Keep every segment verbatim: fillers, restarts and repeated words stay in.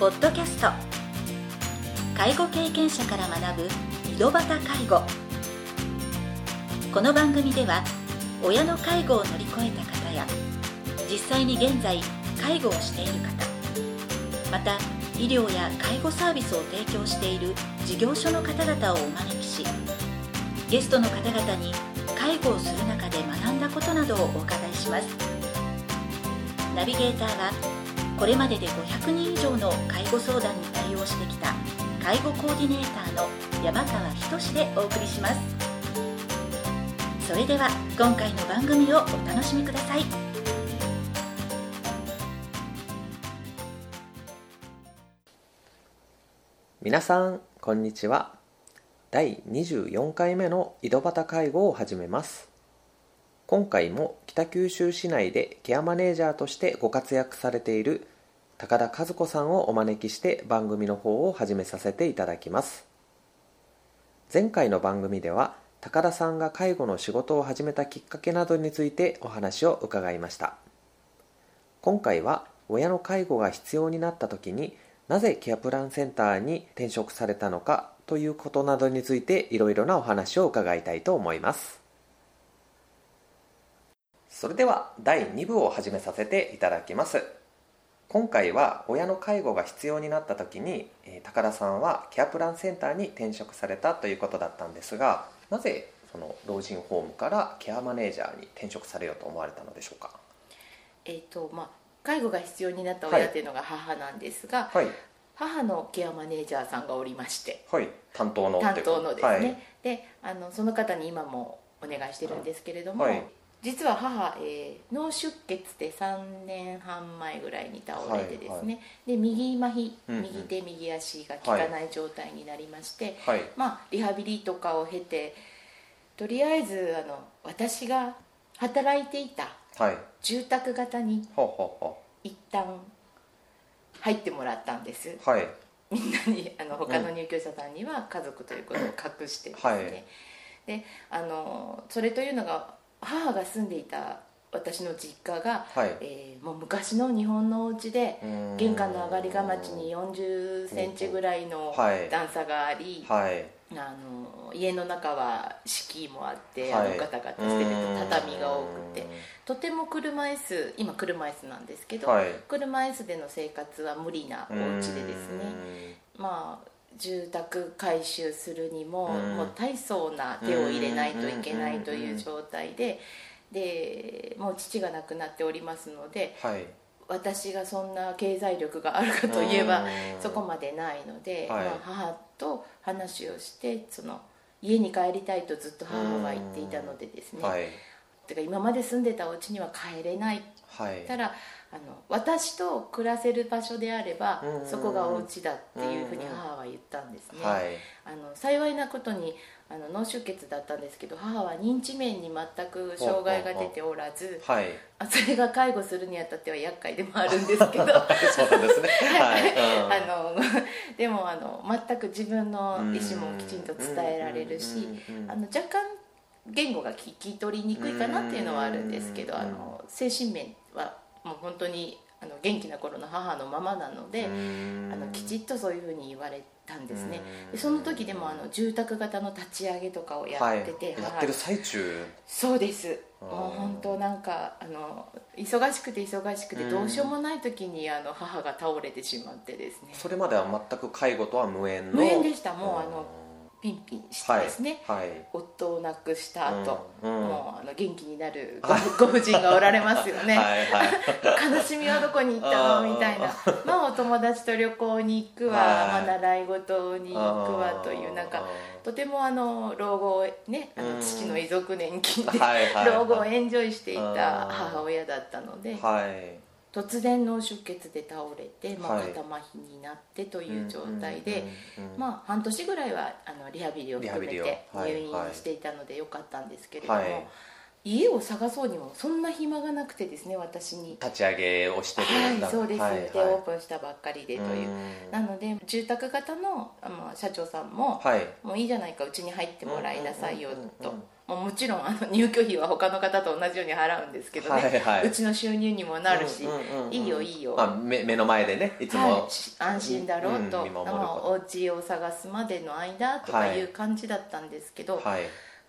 ポッドキャスト、介護経験者から学ぶ井戸端介護。この番組では親の介護を乗り越えた方や実際に現在介護をしている方、また医療や介護サービスを提供している事業所の方々をお招きし、ゲストの方々に介護をする中で学んだことなどをお伺いします。ナビゲーターはこれまででごひゃくにん以上の介護相談に対応してきた介護コーディネーターの山川仁でお送りします。それでは今回の番組をお楽しみください。 皆さんこんにちは。だいにじゅうよんかいめの井戸端介護を始めます。今回も北九州市内でケアマネージャーとしてご活躍されている高田和子さんをお招きして番組の方を始めさせていただきます。前回の番組では高田さんが介護の仕事を始めたきっかけなどについてお話を伺いました。今回は親の介護が必要になった時になぜケアプランセンターに転職されたのかということなどについていろいろなお話を伺いたいと思います。それではだいにぶを始めさせていただきます。今回は親の介護が必要になった時に高田さんはケアプランセンターに転職されたということだったんですが、なぜその老人ホームからケアマネージャーに転職されようと思われたのでしょうか。 えーとまあ、介護が必要になった親というのが母なんですが、はいはい、母のケアマネージャーさんがおりまして、 はい、担当の担当のですね、はい、であのその方に今もお願いしてるんですけれども、はい、実は母、えー、脳出血でさんねんはんまえぐらいに倒れてですね、はいはい、で右麻痺、うんうん、右手右足が効かない状態になりまして、はい、まあ、リハビリとかを経てとりあえずあの私が働いていた住宅型に一旦入ってもらったんです、はい、みんなにあの他の入居者さんには家族ということを隠してですね、はい、であのそれというのが母が住んでいた私の実家が、はい、えー、もう昔の日本のお家で玄関の上がりがまちによんじゅっセンチぐらいの段差があり、はい、あの家の中は敷居もあって、はい、あのガタガタしてると畳が多くてとても車椅子、今車椅子なんですけど、はい、車椅子での生活は無理なお家でですね、まあ住宅改修するにも、もう大層な手を入れないといけないという状態で、でもう父が亡くなっておりますので、はい、私がそんな経済力があるかといえばそこまでないので、はい、まあ、母と話をしてその家に帰りたいとずっと母は言っていたのでですね、はい、てか今まで住んでたお家には帰れない、はい、たらあの私と暮らせる場所であればそこがお家だっていうふうに母は言ったんですね、はい、あの幸いなことにあの脳出血だったんですけど、母は認知面に全く障害が出ておらず、はい、あそれが介護するにあたっては厄介でもあるんですけどそうなんですね、はい、あのでもあの全く自分の意思もきちんと伝えられるし、あの若干言語が聞き取りにくいかなっていうのはあるんですけど、あの精神面はもう本当にあの元気な頃の母のままなので、あのきちっとそういうふうに言われたんですね。でその時でもあの住宅型の立ち上げとかをやってて、 はい、やってる最中。 そうです。もう本当なんかあの忙しくて忙しくてどうしようもない時にあの母が倒れてしまってですね。 それまでは全く介護とは無縁の。 無縁でした。もうあのピンピンしてですね、はいはい、夫を亡くした後、うんうん、もうあの元気になる ご, ご婦人がおられますよねはい、はい、悲しみはどこに行ったのみたいな、まあ、お友達と旅行に行くわ、はい、まあ、習い事に行くわというなんかとてもあの老後をね、あの父の遺族年金で、はいはい、老後をエンジョイしていた母親だったので、はい、突然脳出血で倒れて、まあ、肩麻痺になってという状態で、まあ、半年ぐらいはあのリハビリを含めて入院していたのでよかったんですけれども、はい、 家を探そうにもそんな暇がなくてですね、私に。 立ち上げをしてるんだ。 はい、そうです、 はいはい、 でオープンしたばっかりでという。なので住宅型の、まあ、社長さんも、はい、もういいじゃないか、うちに入ってもらいなさいよと。もうもちろんあの入居費は他の方と同じように払うんですけどね、はいはい、うちの収入にもなるし、うんうんうん、いいよいいよ、 まあ、目, 目の前でねいつも、はい、 安心だろうと、うん、まあ、お家を探すまでの間とかいう感じだったんですけど、はい、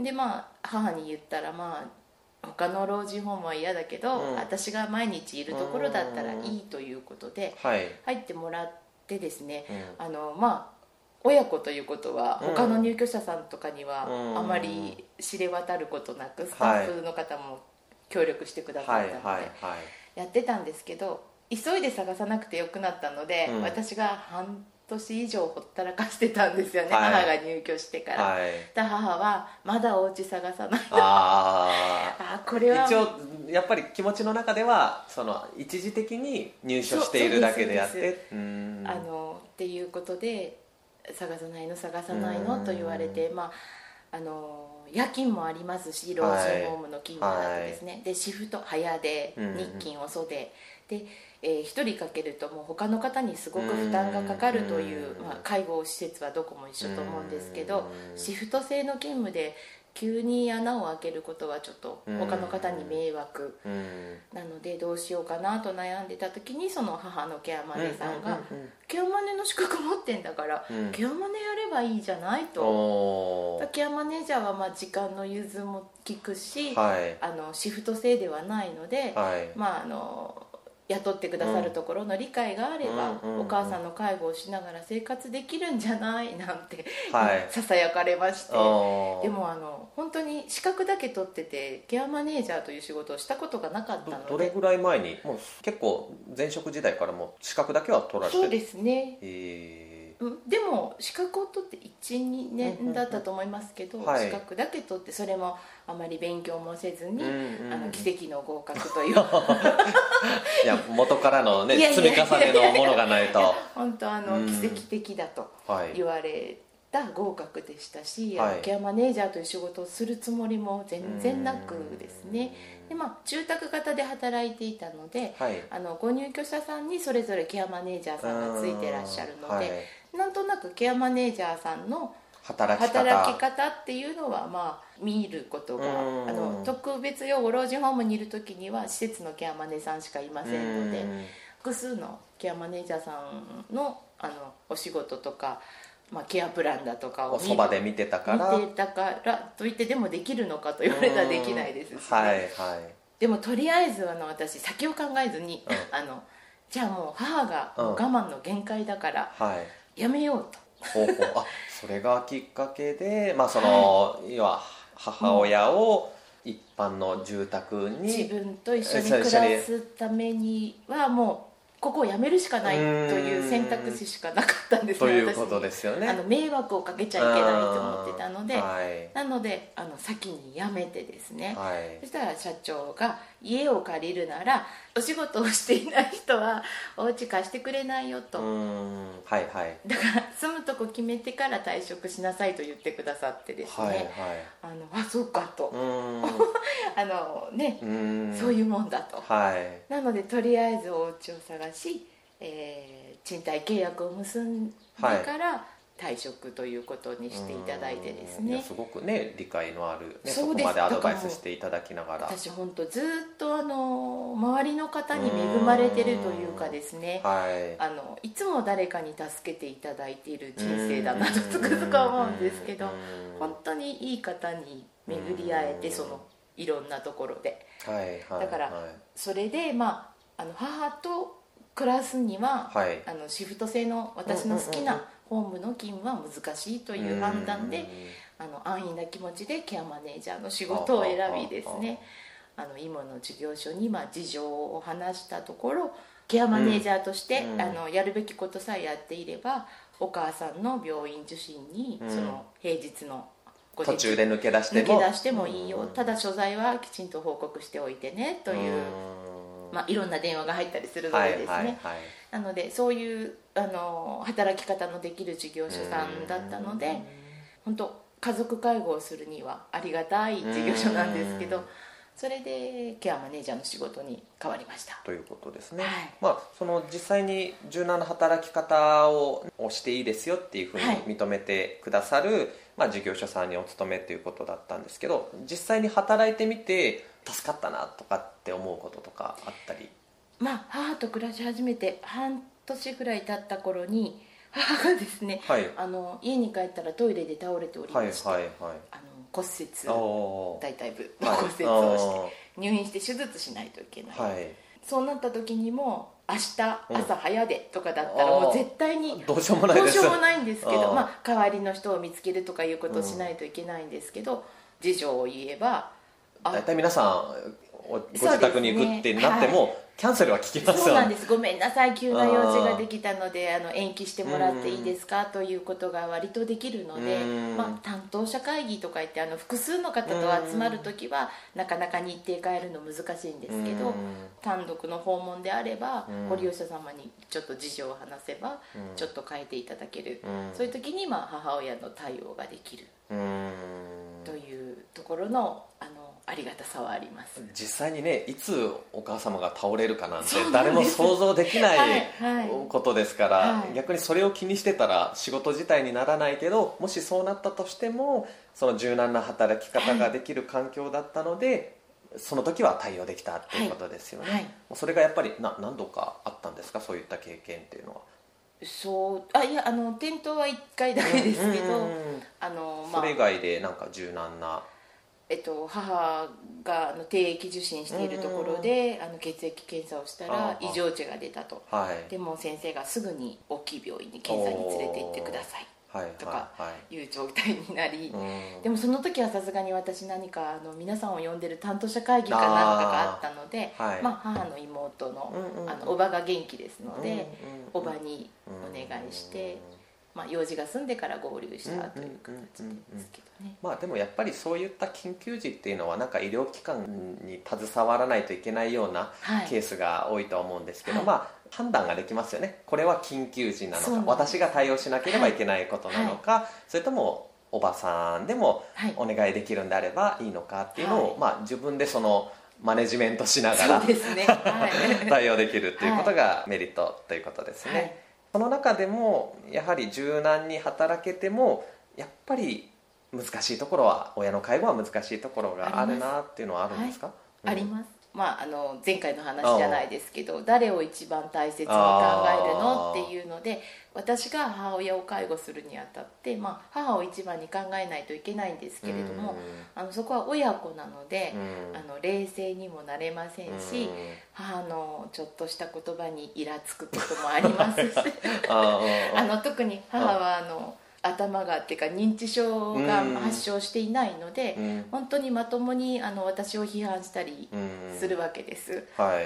でまあ母に言ったら、まあ他の老人ホームは嫌だけど、うん、私が毎日いるところだったらいいということで、はい、入ってもらってですね、うん、あのまあ親子ということは他の入居者さんとかにはあまり知れ渡ることなく、スタッフの方も協力してくださったのでやってたんですけど、急いで探さなくてよくなったので、うん、私が半年以上ほったらかしてたんですよね、はい、母が入居してから、はい、だ母はまだお家探さないああこれは一応やっぱり気持ちの中ではその一時的に入所しているだけであって、 うーんあのっていうことで探さないの探さないのと言われて、まあ、あの夜勤もありますし、老人ホームの勤務だとですね、はい、でシフト早で日勤遅で、うん、で、えー、ひとりかけるともう他の方にすごく負担がかかるという、まあ、介護施設はどこも一緒と思うんですけど、シフト制の勤務で急に穴を開けることはちょっと他の方に迷惑なのでどうしようかなと悩んでた時に、その母のケアマネさんがケアマネの資格持ってんだからケアマネやればいいじゃないと。ケアマネージャーはまあ時間の融通も利くし、はい、あのシフト制ではないので、はい、まああの雇ってくださるところの理解があれば、うん、お母さんの介護をしながら生活できるんじゃないなんてささやかれまして、でもあの本当に資格だけ取っててケアマネージャーという仕事をしたことがなかったので。 ど, どれぐらい前に、もう結構前職時代からも資格だけは取られてる？ そうですね、えーでも資格を取って いちにねんだったと思いますけど、うんうんうん、資格だけ取ってそれもあまり勉強もせずに、うんうん、あの奇跡の合格といういや元からのね積み重ねのものがないと本当あの、うん、奇跡的だと言われた合格でしたし、はい、ケアマネージャーという仕事をするつもりも全然なくですね、で、まあ、住宅型で働いていたので、はい、あのご入居者さんにそれぞれケアマネージャーさんがついてらっしゃるので、はい、なんとなくケアマネージャーさんの働き方、 働き方っていうのはまあ見ることが、あの特別養護老人ホームにいる時には施設のケアマネさんしかいませんので、複数のケアマネージャーさん の, あのお仕事とか、まあ、ケアプランだとかをそばで見てたから見てたからといってでもできるのかと言われたらできないですし、ね、 はいはい、 でもとりあえずあの私先を考えずに、うん、あのじゃあもう母が我慢の限界だからやめようと、 ほうほうあそれがきっかけで、まあそのはい、要は母親を一般の住宅に自分と一緒に暮らすためにはもうここを辞めるしかないという選択肢しかなかったんですね。 ということですよね。 あの迷惑をかけちゃいけないと思ってたので、はい、なのであの先に辞めてですね、はい、そしたら社長が家を借りるならお仕事をしていない人はお家貸してくれないよと、うーん、はいはい、だから住むとこ決めてから退職しなさいと言ってくださってですね、はいはい、あのあそうかとあの、ね、うそういうもんだと、はい、なのでとりあえずお家を探し、えー、賃貸契約を結んでから退職ということにしていただいてですね、 いやすごくね理解のある、ね、そこまでアドバイスしていただきながら、 私本当ずっとあの周りの方に恵まれてるというかですね、はい、あのいつも誰かに助けていただいている人生だなとつくづく思うんですけど、本当にいい方に巡り会えて、そのいろんなところで、はいはい、だからそれで、まあ、あの母と暮らすには、はい、あのシフト制の私の好きなホームの勤務は難しいという判断で、あの安易な気持ちでケアマネージャーの仕事を選びですね、あの今の事業所にまあ事情を話したところ、ケアマネージャーとして、うん、あのやるべきことさえやっていればお母さんの病院受診に、うん、その平日の途中で抜け出しても抜け出してもいいよ、ただ所在はきちんと報告しておいてねという、まあ、いろんな電話が入ったりするのでですね、はいはいはい、なのでそういうあの働き方のできる事業所さんだったので、本当家族介護をするにはありがたい事業所なんですけど、 それでケアマネージャーの仕事に変わりましたということですね、 はい。 まあ、その実際に柔軟な働き方をしていいですよっていうふうに認めてくださる、はい、まあ、事業所さんにお勤めということだったんですけど、実際に働いてみて助かったなとかって思うこととかあったり？ まあ、母と暮らし始めて半年ぐらい経った頃に母がですね、はい、あの家に帰ったらトイレで倒れておりまして、はいはいはい、あの骨折、大腿部の骨折をして入院して手術しないといけない、はい、そうなった時にも明日朝早出とかだったらもう絶対にどうしようもないです、 どうしようもないんですけど、まあ、代わりの人を見つけるとかいうことをしないといけないんですけど、事情を言えば大体皆さんご自宅に行くってなっても、はい、キャンセルは聞きますよね。 そうなんです。ごめんなさい、急な用事ができたのであの延期してもらっていいですかということが割とできるので、まあ、担当者会議とか言ってあの複数の方と集まるときはなかなか日程変えるの難しいんですけど、単独の訪問であればご利用者様にちょっと事情を話せばちょっと変えていただける、そういう時にまあ母親の対応ができるというところのあのありがたさはあります。 実際にね、いつお母様が倒れるかなんて誰も想像できないことですから、はい、逆にそれを気にしてたら仕事自体にならないけど、もしそうなったとしてもその柔軟な働き方ができる環境だったので、はい、その時は対応できたっていうことですよね、はい、それがやっぱりな何度かあったんですか、そういった経験っていうのは。 そうあいやあの転倒はいっかいだけですけど、あの、 まあ、それ以外でなんか柔軟なえっと、母があの定期受診しているところであの血液検査をしたら異常値が出たと、はい、でも先生がすぐに大きい病院に検査に連れて行ってくださいとかいう状態になり、でもその時はさすがに私何かあの皆さんを呼んでる担当者会議かなんかがあったので、はい、まあ、母の妹 の,、うんうん、あのおばが元気ですので、うんうん、おばにお願いして、まあ、用事が済んでから合流したという形ですけどね。 まあでもやっぱりそういった緊急時っていうのはなんか医療機関に携わらないといけないようなケースが多いと思うんですけど、はい、まあ判断ができますよね。これは緊急時なのか、私が対応しなければいけないことなのか、はい、それともおばさんでもお願いできるんであればいいのかっていうのを、はい、まあ自分でそのマネジメントしながら、 そうですね、はい、 対応できるっていうことがメリットということですね、はい。その中でもやはり柔軟に働けてもやっぱり難しいところは、親の介護は難しいところがあるなっていうのはあるんですか？はい、 うん、あります。まあ、あの前回の話じゃないですけど、誰を一番大切に考えるのっていうので、私が母親を介護するにあたって、まあ、母を一番に考えないといけないんですけれども、あのそこは親子なので、あの冷静にもなれませんし、母のちょっとした言葉にイラつくこともありますしあの特に母はあの頭がっていうか認知症が発症していないので、うん、本当にまともにあの私を批判したりするわけです、うん、はい、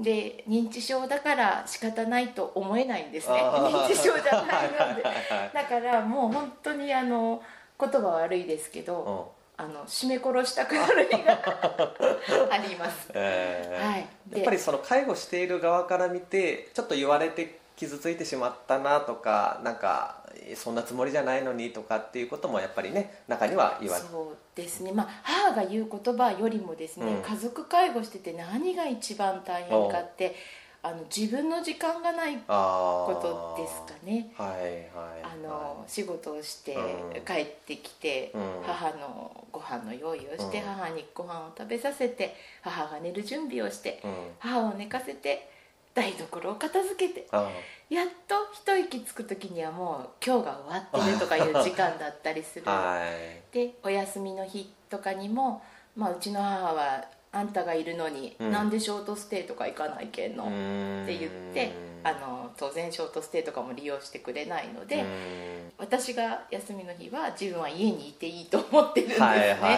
で認知症だから仕方ないと思えないんですね。認知症じゃないのでだからもう本当にあの言葉悪いですけど、あの締め殺したくなる日があります、 えーはい、やっぱりその介護している側から見てちょっと言われて傷ついてしまったなとか、なんかそんなつもりじゃないのにとかっていうこともやっぱりね、中には言われる。 そうですね、まあ、母が言う言葉よりもですね、うん、家族介護してて何が一番大変かってあの自分の時間がないことですかね。はいはいはい、あの仕事をして帰ってきて、うん、母のご飯の用意をして、うん、母にご飯を食べさせて、母が寝る準備をして、うん、母を寝かせて台所を片付けて、やっと一息つく時にはもう今日が終わってるとかいう時間だったりする、はい、でお休みの日とかにも、まあ、うちの母はあんたがいるのに、うん、なんでショートステイとか行かないけんのって言ってあの当然ショートステイとかも利用してくれないので、私が休みの日は自分は家にいていいと思ってるんですね、はいはいはい、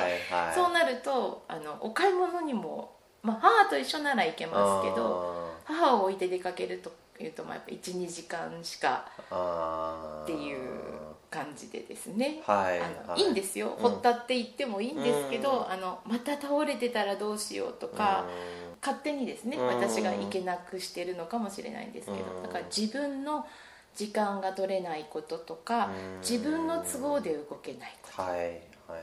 そうなるとあのお買い物にも、まあ、母と一緒なら行けますけど、母を置いて出かけるというと、まあ、やっぱいちにじかんしかっていう感じでですね、はいあのはい、いいんですよ、ほったって言ってもいいんですけど、あのまた倒れてたらどうしようとか、勝手にですね私が行けなくしてるのかもしれないんですけど、だから自分の時間が取れないこととか、自分の都合で動けないこと、はいはい、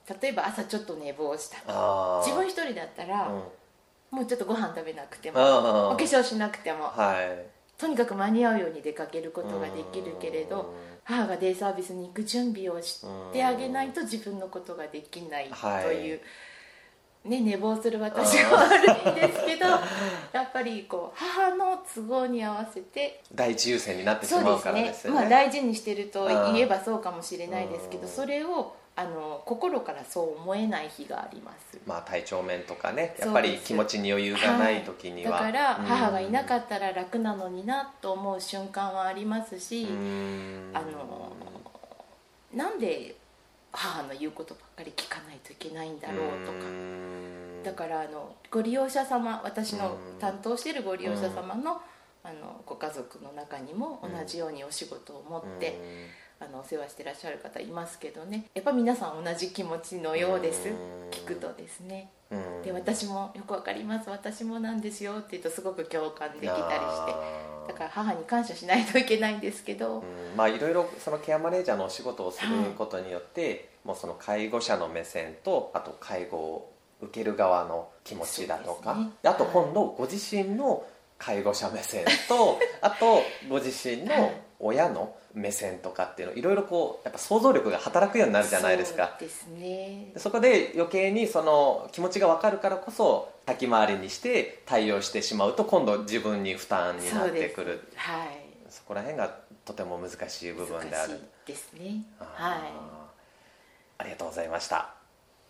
例えば朝ちょっと寝坊した、 あ自分一人だったら、 うんもうちょっとご飯食べなくてもあお化粧しなくても、 はいとにかく間に合うように出かけることができるけれど、母がデイサービスに行く準備をしてあげないと自分のことができないという、ね、寝坊する私は悪いんですけどやっぱりこう母の都合に合わせて第一優先になってしまうからですよね。 まあ、大事にしてると言えばそうかもしれないですけど、それをあの心からそう思えない日があります。 まあ体調面とかね、やっぱり気持ちに余裕がない時には、 はい、だから母がいなかったら楽なのになと思う瞬間はありますし、あのなんで母の言うことばっかり聞かないといけないんだろうとか、だからあのご利用者様、私の担当しているご利用者様の、あのご家族の中にも同じようにお仕事を持ってあのお世話してらっしゃる方いますけどね、やっぱ皆さん同じ気持ちのようです、聞くとですね。で私もよくわかります、私もなんですよって言うとすごく共感できたりして、だから母に感謝しないといけないんですけど、 うん、まあいろいろそのケアマネージャーのお仕事をすることによって、はい、もうその介護者の目線と、あと介護を受ける側の気持ちだとか、ね、あと今度ご自身の介護者目線とあとご自身の親の目線とかっていうの、いろいろこうやっぱ想像力が働くようになるじゃないですか。 そうですね。 そこで余計にその気持ちが分かるからこそ先回りにして対応してしまうと、今度自分に負担になってくる。 はい、 そこら辺がとても難しい部分である。 難しいですね。はい、 ありがとうございました。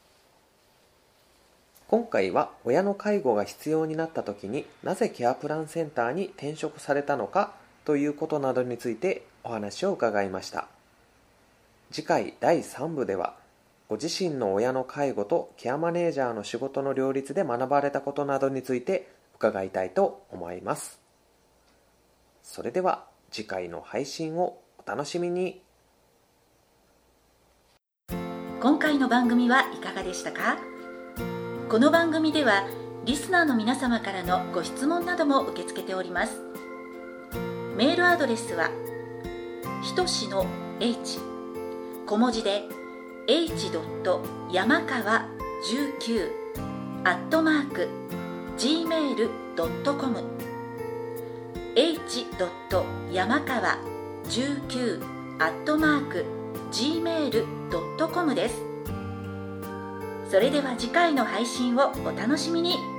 今回は親の介護が必要になった時になぜケアプランセンターに転職されたのかということなどについてお話を伺いました。次回だいさん部ではご自身の親の介護とケアマネージャーの仕事の両立で学ばれたことなどについて伺いたいと思います。それでは次回の配信をお楽しみに。 今回の番組はいかがでしたか？この番組ではリスナーの皆様からのご質問なども受け付けております。メールアドレスはひとしの H 小文字で h. 山川じゅうきゅう アットマーク ジーメール ドットコム h. 山川じゅうきゅう アットマーク ジーメール ドットコム です。それでは次回の配信をお楽しみに。